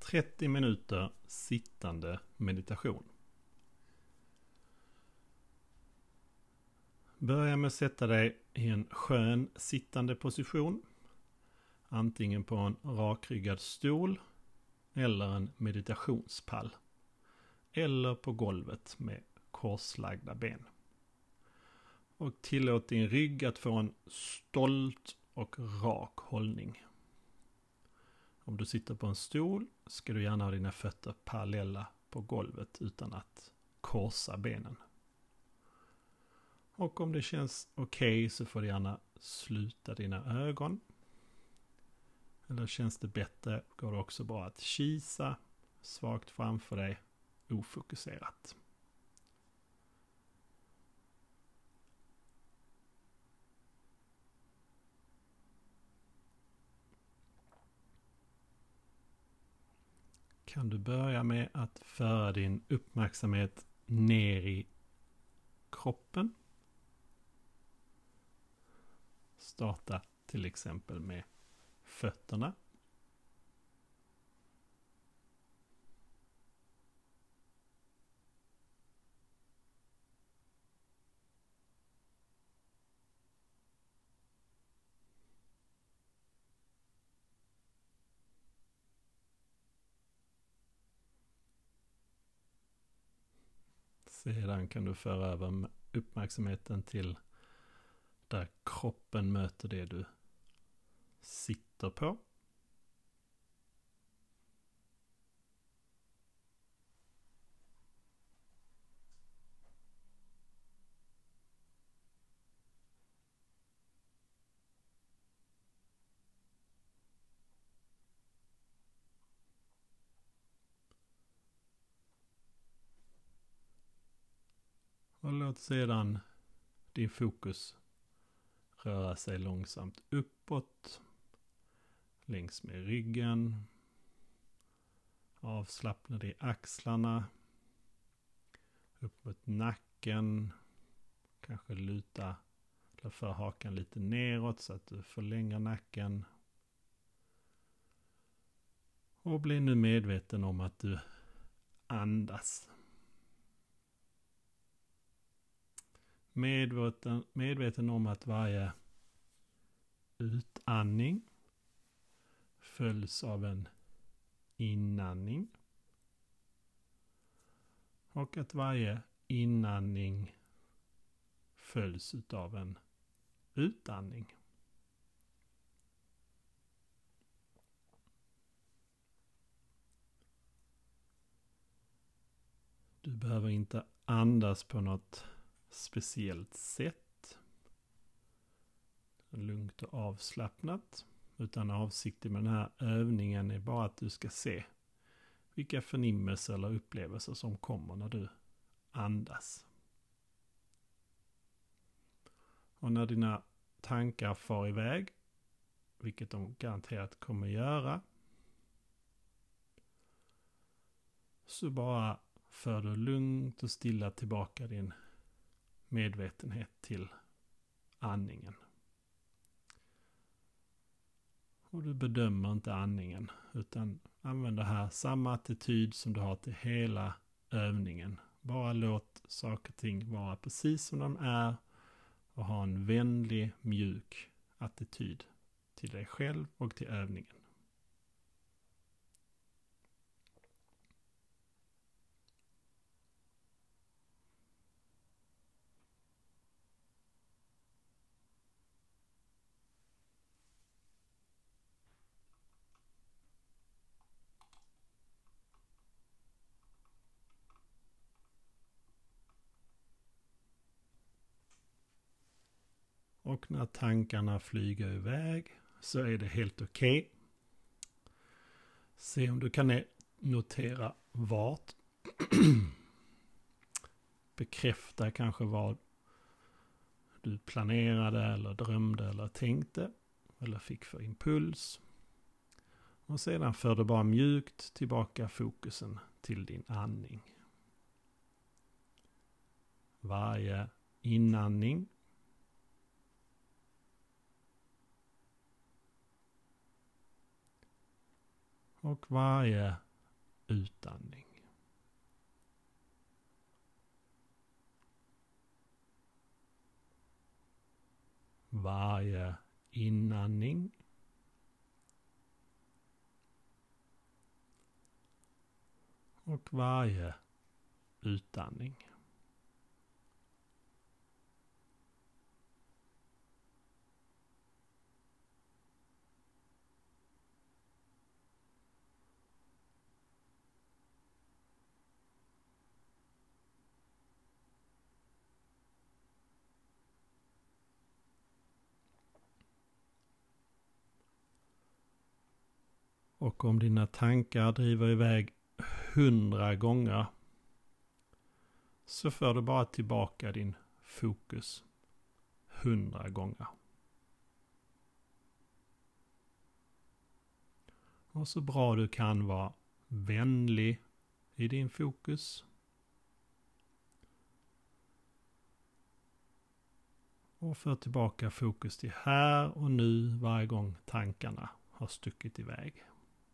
30 minuter sittande meditation. Börja med att sätta dig i en skön sittande position. Antingen på en rakryggad stol eller en meditationspall. Eller på golvet med korslagda ben. Och tillåt din rygg att få en stolt och rak hållning. Om du sitter på en stol ska du gärna ha dina fötter parallella på golvet utan att korsa benen. Och om det känns okej så får du gärna sluta dina ögon. Eller känns det bättre går det också bra att kisa svagt framför dig, ofokuserat. Kan du börja med att föra din uppmärksamhet ner i kroppen. Starta till exempel med fötterna. Sedan kan du föra över uppmärksamheten till där kroppen möter det du sitter på. Och låt sedan din fokus röra sig långsamt uppåt, längs med ryggen. Avslappna i axlarna, upp mot nacken. Kanske luta eller för hakan lite neråt så att du förlänger nacken. Och bli nu medveten om att du andas. Medveten om att varje utandning följs av en inandning. Och att varje inandning följs av en utandning. Du behöver inte andas på något speciellt sätt. Lugnt och avslappnat. Utan avsikten med den här övningen är bara att du ska se vilka förnimmelser eller upplevelser som kommer när du andas. Och när dina tankar far iväg, vilket de garanterat kommer göra, så bara för du lugnt och stilla tillbaka din medvetenhet till andningen. Och du bedömer inte andningen utan använder här samma attityd som du har till hela övningen. Bara låt saker och ting vara precis som de är och ha en vänlig, mjuk attityd till dig själv och till övningen. Och när tankarna flyger iväg så är det helt okej. Se om du kan notera vart. Bekräfta kanske vad du planerade eller drömde eller tänkte. Eller fick för impuls. Och sedan för du bara mjukt tillbaka fokusen till din andning. Varje inandning och varje utandning. Varje inandning och varje utandning. Och om dina tankar driver iväg 100 gånger så för du bara tillbaka din fokus 100 gånger. Och så bra du kan vara vänlig i din fokus. Och för tillbaka fokus till här och nu varje gång tankarna har stuckit iväg.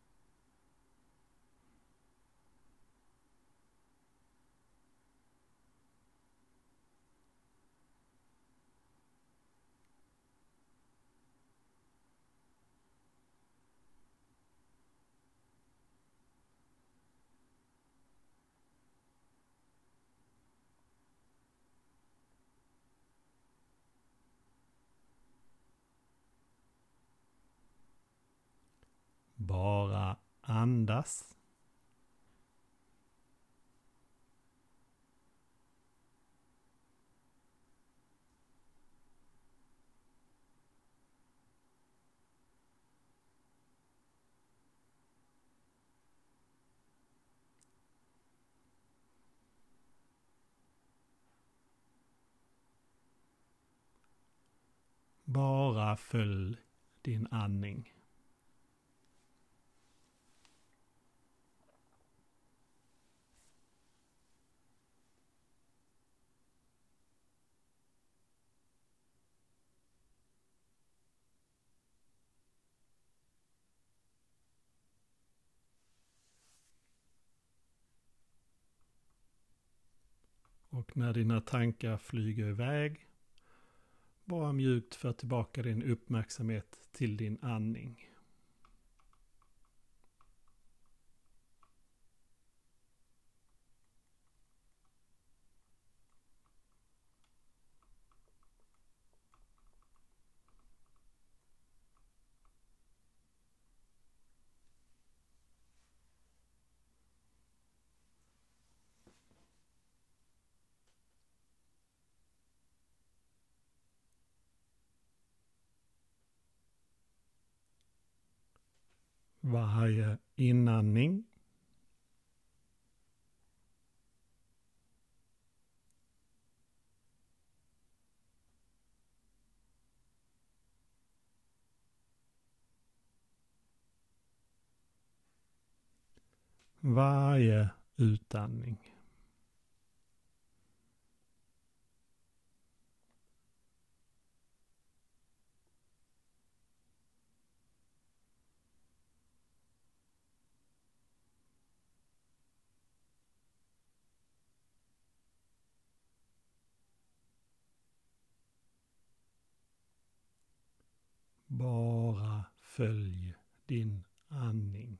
Bara andas. Bara följ din andning. Och när dina tankar flyger iväg, bara mjukt för tillbaka din uppmärksamhet till din andning. Varje inandning varje utandning. Bara följ din andning.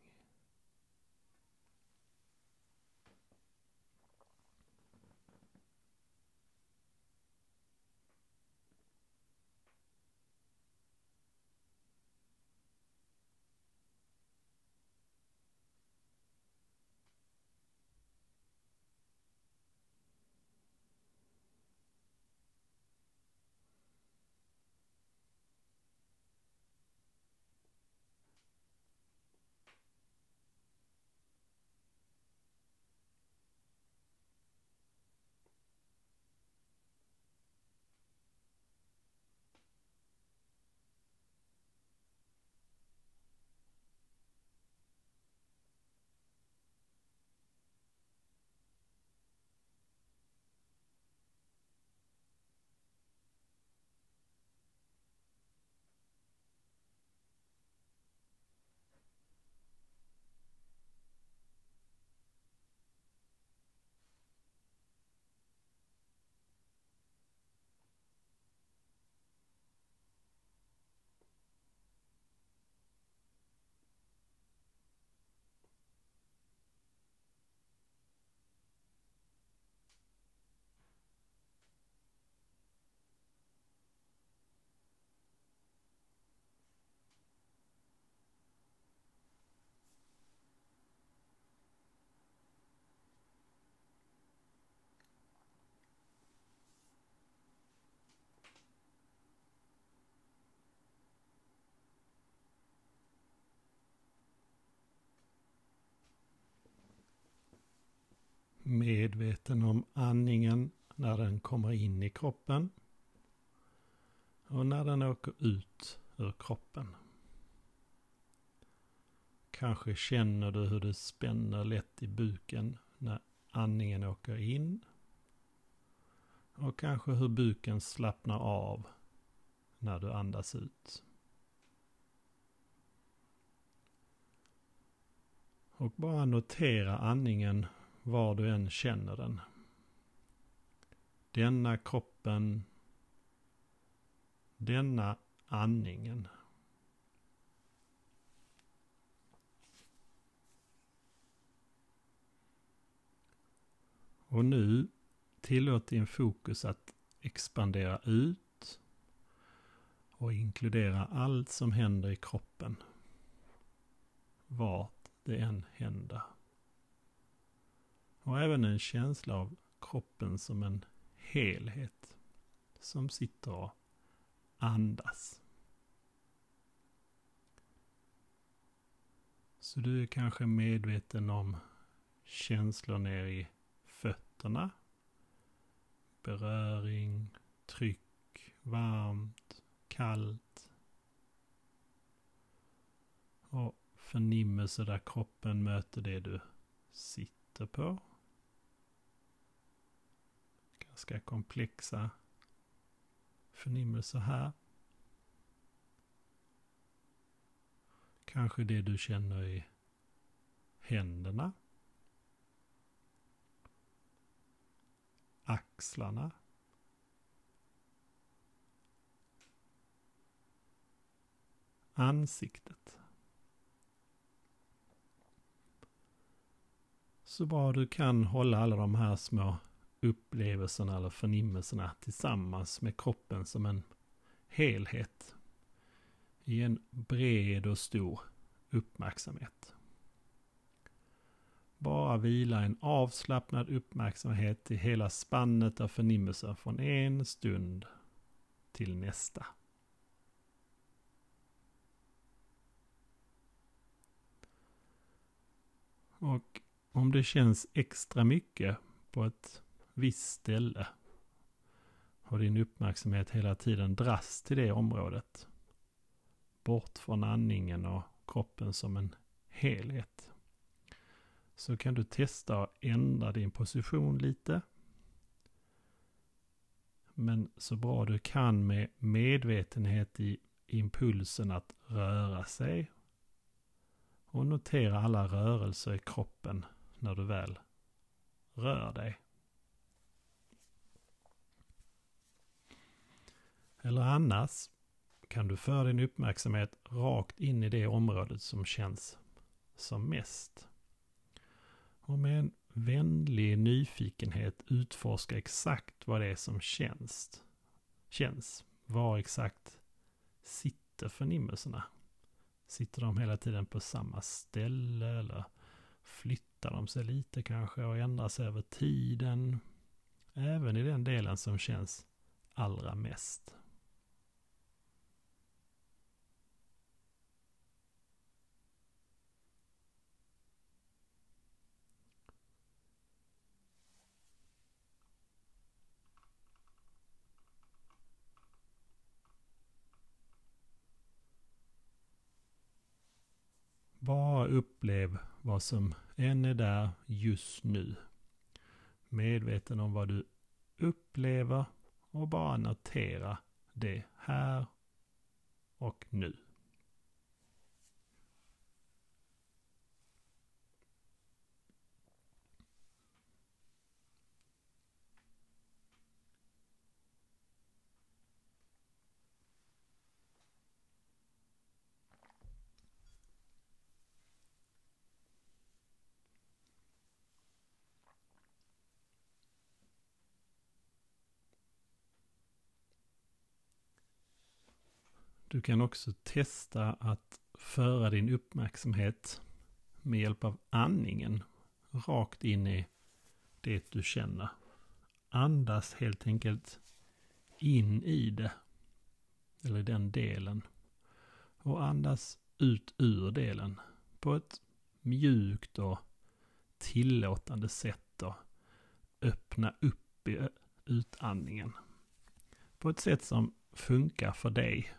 medveten om andningen när den kommer in i kroppen och när den åker ut ur kroppen. Kanske känner du hur det spänner lätt i buken när andningen åker in. Och kanske hur buken slappnar av när du andas ut. Och bara notera andningen var du än känner den. Denna kroppen, denna andningen. Och nu tillåt din fokus att expandera ut och inkludera allt som händer i kroppen. Vart det än händer. Och även en känsla av kroppen som en helhet som sitter och andas. Så du är kanske medveten om känslor ner i fötterna. Beröring, tryck, varmt, kallt. Och förnimmelse där kroppen möter det du sitter på. Ganska komplexa förnimmelser här. Kanske det du känner i händerna. Axlarna. Ansiktet. Så bra du kan hålla alla de här små upplevelserna eller förnimmelserna tillsammans med kroppen som en helhet i en bred och stor uppmärksamhet. Bara vila en avslappnad uppmärksamhet i hela spannet av förnimmelser från en stund till nästa. Och om det känns extra mycket på ett visst ställe och din uppmärksamhet hela tiden dras till det området, bort från andningen och kroppen som en helhet, så kan du testa att ändra din position lite. Men så bra du kan med medvetenhet i impulsen att röra sig. Och notera alla rörelser i kroppen när du väl rör dig. Eller annars kan du föra din uppmärksamhet rakt in i det området som känns som mest. Och med en vänlig nyfikenhet utforska exakt vad det är som känns. Var exakt sitter förnimmelserna? Sitter de hela tiden på samma ställe eller flyttar de sig lite kanske och ändrar sig över tiden? Även i den delen som känns allra mest. Bara upplev vad som än är där just nu. Medveten om vad du upplever och bara notera det här och nu. Du kan också testa att föra din uppmärksamhet med hjälp av andningen rakt in i det du känner. Andas helt enkelt in i det, eller den delen. Och andas ut ur delen på ett mjukt och tillåtande sätt. öppna upp i utandningen. På ett sätt som funkar för dig.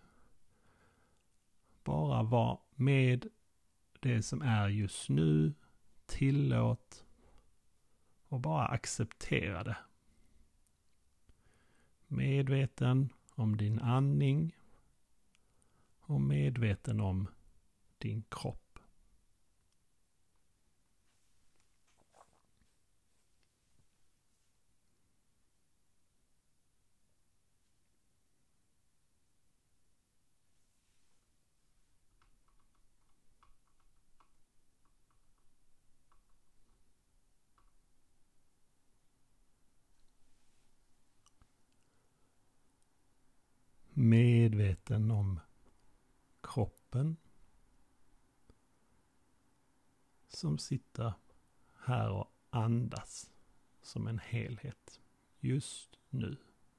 Bara var med det som är just nu. Tillåt och bara acceptera det. Medveten om din andning och medveten om din kropp. Medveten om kroppen som sitter här och andas som en helhet just nu.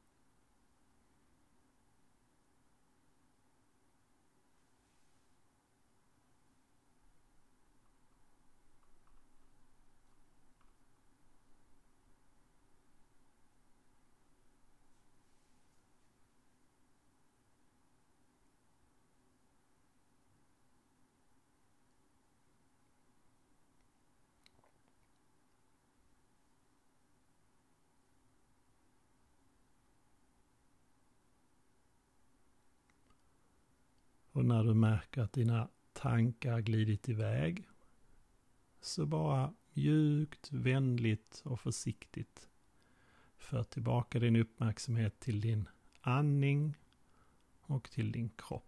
Och när du märker att dina tankar glidit iväg så bara mjukt, vänligt och försiktigt för tillbaka din uppmärksamhet till din andning och till din kropp.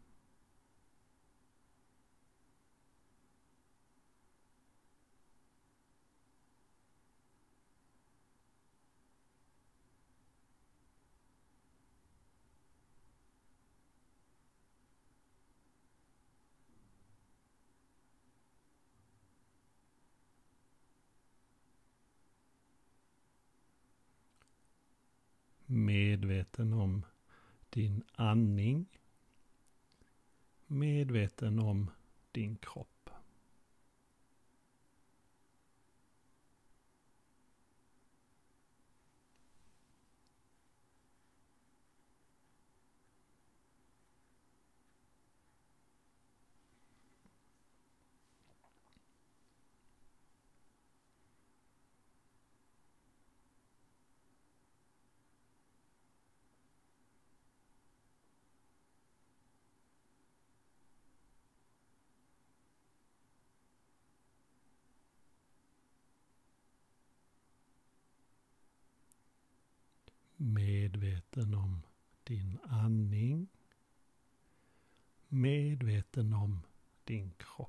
Medveten om din andning. Medveten om din kropp. Medveten om din andning. Medveten om din kropp.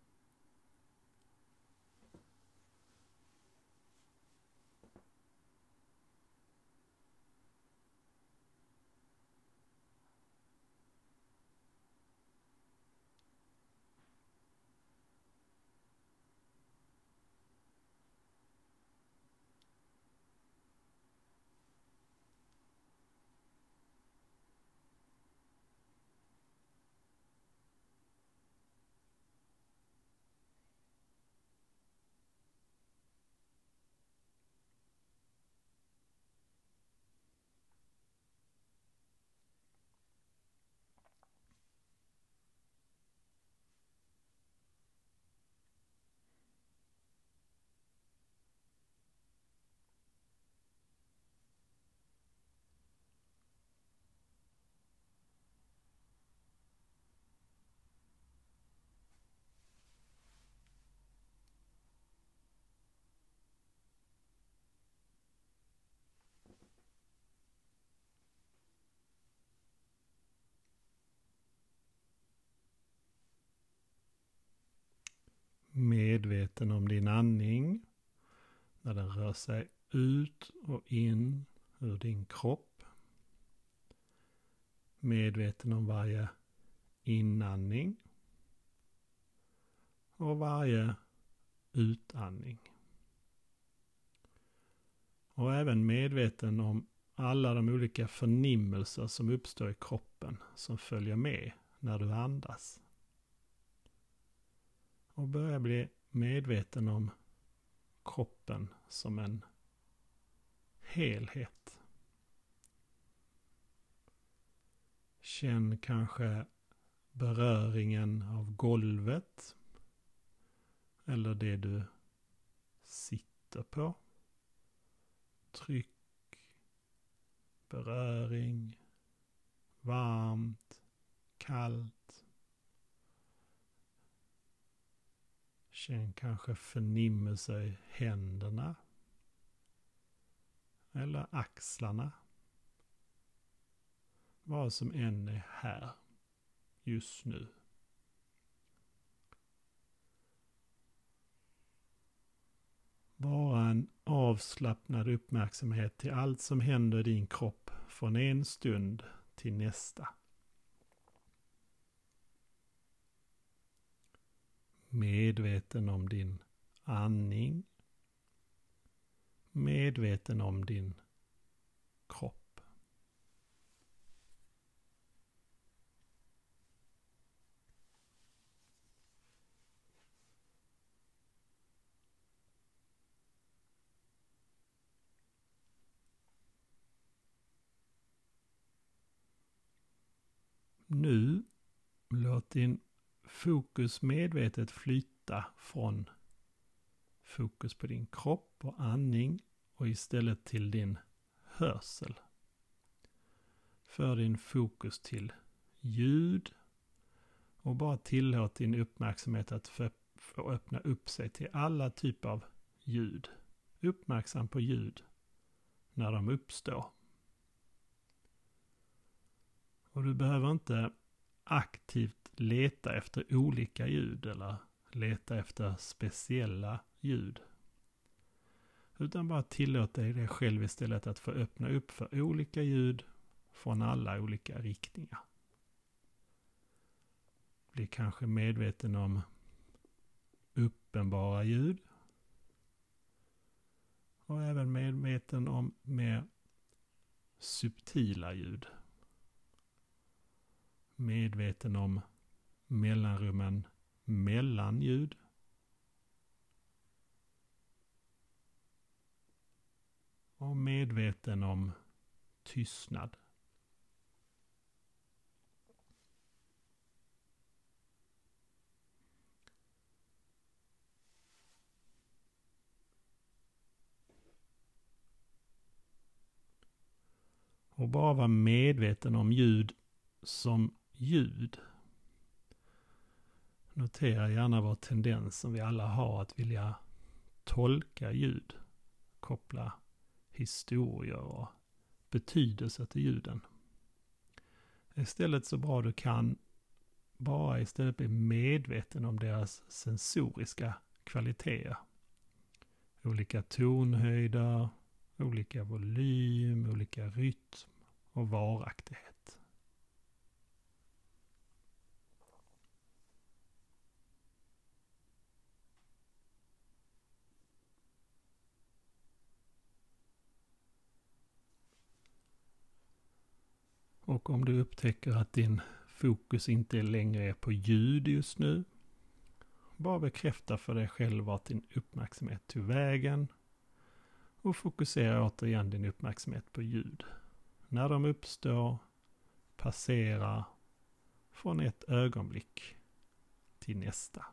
Medveten om din andning när den rör sig ut och in ur din kropp. Medveten om varje inandning och varje utandning. Och även medveten om alla de olika förnimmelser som uppstår i kroppen som följer med när du andas. Och börja bli medveten om kroppen som en helhet. Känn kanske beröringen av golvet eller det du sitter på. Tryck, beröring, varmt, kallt. Känn kanske förnimmelse i händerna eller axlarna. Vad som än är här just nu. Bara en avslappnad uppmärksamhet till allt som händer i din kropp från en stund till nästa. Medveten om din andning. Medveten om din kropp. Nu låt din fokus medvetet flytta från fokus på din kropp och andning och istället till din hörsel. För din fokus till ljud och bara tillåt din uppmärksamhet att få öppna upp sig till alla typer av ljud. Uppmärksam på ljud när de uppstår. Och du behöver inte aktivt leta efter olika ljud eller leta efter speciella ljud. Utan bara tillåt dig själv istället att få öppna upp för olika ljud från alla olika riktningar. Bli kanske medveten om uppenbara ljud. Och även medveten om mer subtila ljud. Medveten om mellanrummen mellan ljud. Och medveten om tystnad. Och bara vara medveten om ljud som ljud. Notera gärna vår tendens som vi alla har att vilja tolka ljud. Koppla historier och betydelse till ljuden. Istället så bra du kan bara istället bli medveten om deras sensoriska kvaliteter. Olika tonhöjder, olika volym, olika rytm och varaktighet. Och om du upptäcker att din fokus inte längre är på ljud just nu, bara bekräfta för dig själv vart din uppmärksamhet tog vägen och fokusera återigen din uppmärksamhet på ljud. När de uppstår, passerar från ett ögonblick till nästa.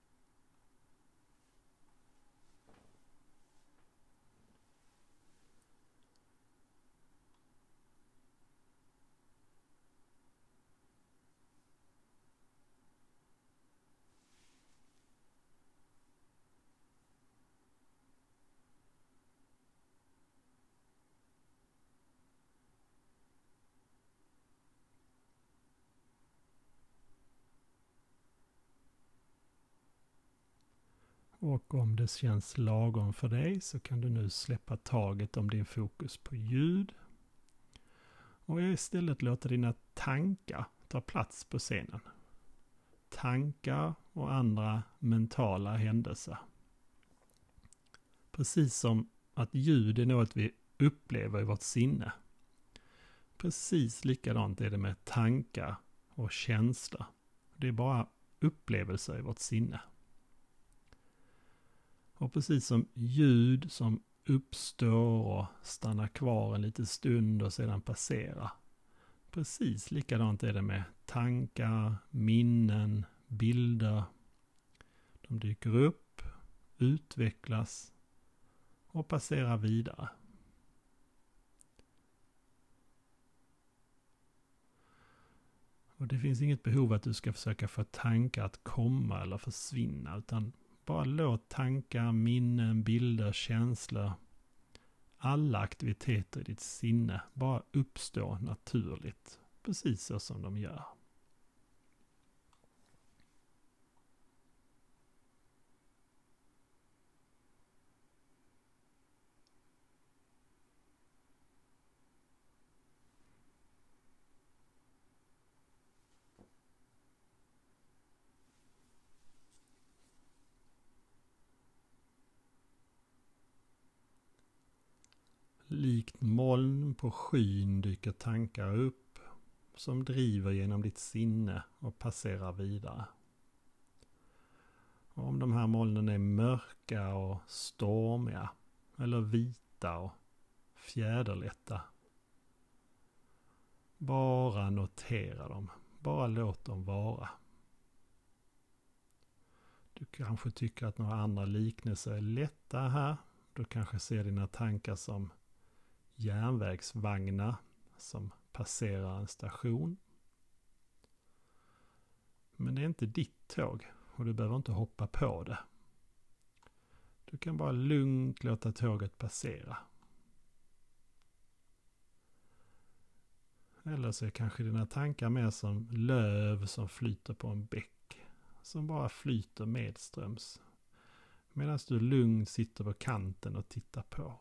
Och om det känns lagom för dig så kan du nu släppa taget om din fokus på ljud. Och istället låta dina tankar ta plats på scenen. Tankar och andra mentala händelser. Precis som att ljud är något vi upplever i vårt sinne. Precis likadant är det med tankar och känslor. Det är bara upplevelser i vårt sinne. Och precis som ljud som uppstår och stannar kvar en liten stund och sedan passerar. Precis likadant är det med tankar, minnen, bilder. De dyker upp, utvecklas och passerar vidare. Och det finns inget behov att du ska försöka få tankar att komma eller försvinna, utan bara låt tankar, minnen, bilder, känslor, alla aktiviteter i ditt sinne bara uppstå naturligt, precis så som de gör. Likt moln på skyn dyker tankar upp som driver genom ditt sinne och passerar vidare. Och om de här molnen är mörka och stormiga eller vita och fjäderlätta, bara notera dem, bara låt dem vara. Du kanske tycker att några andra liknelser är lätta här. Du kanske ser dina tankar som järnvägsvagnar som passerar en station. Men det är inte ditt tåg och du behöver inte hoppa på det. Du kan bara lugnt låta tåget passera. Eller så är kanske dina tankar mer som löv som flyter på en bäck, som bara flyter medströms, medan du lugnt sitter på kanten och tittar på.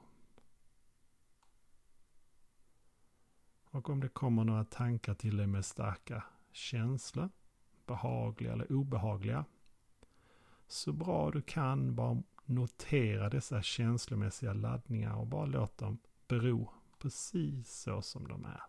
Och om det kommer några tankar till dig med starka känslor, behagliga eller obehagliga, så bra du kan bara notera dessa känslomässiga laddningar och bara låt dem bero precis så som de är.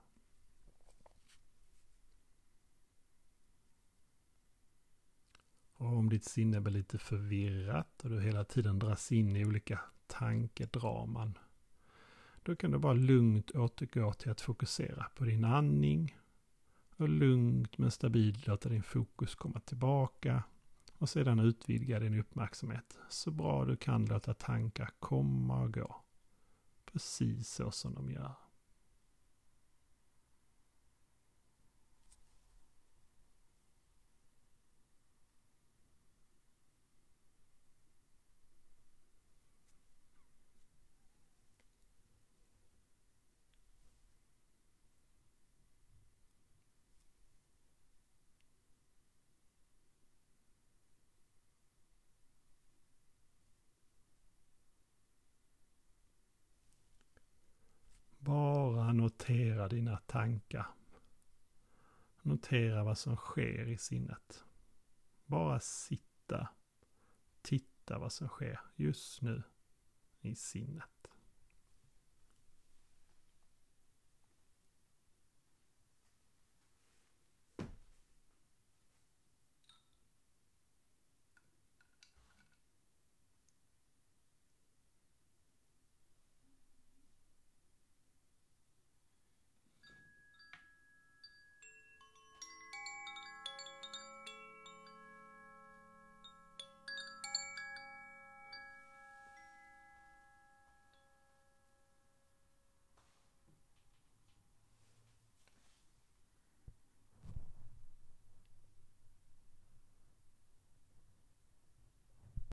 Och om ditt sinne blir lite förvirrat och du hela tiden dras in i olika tankedraman, då kan du bara lugnt återgå till att fokusera på din andning och lugnt men stabilt låta din fokus komma tillbaka och sedan utvidga din uppmärksamhet så bra du kan låta tankar komma och gå precis så som de gör. Bara notera dina tankar. Notera vad som sker i sinnet. Bara sitta, titta vad som sker just nu i sinnet.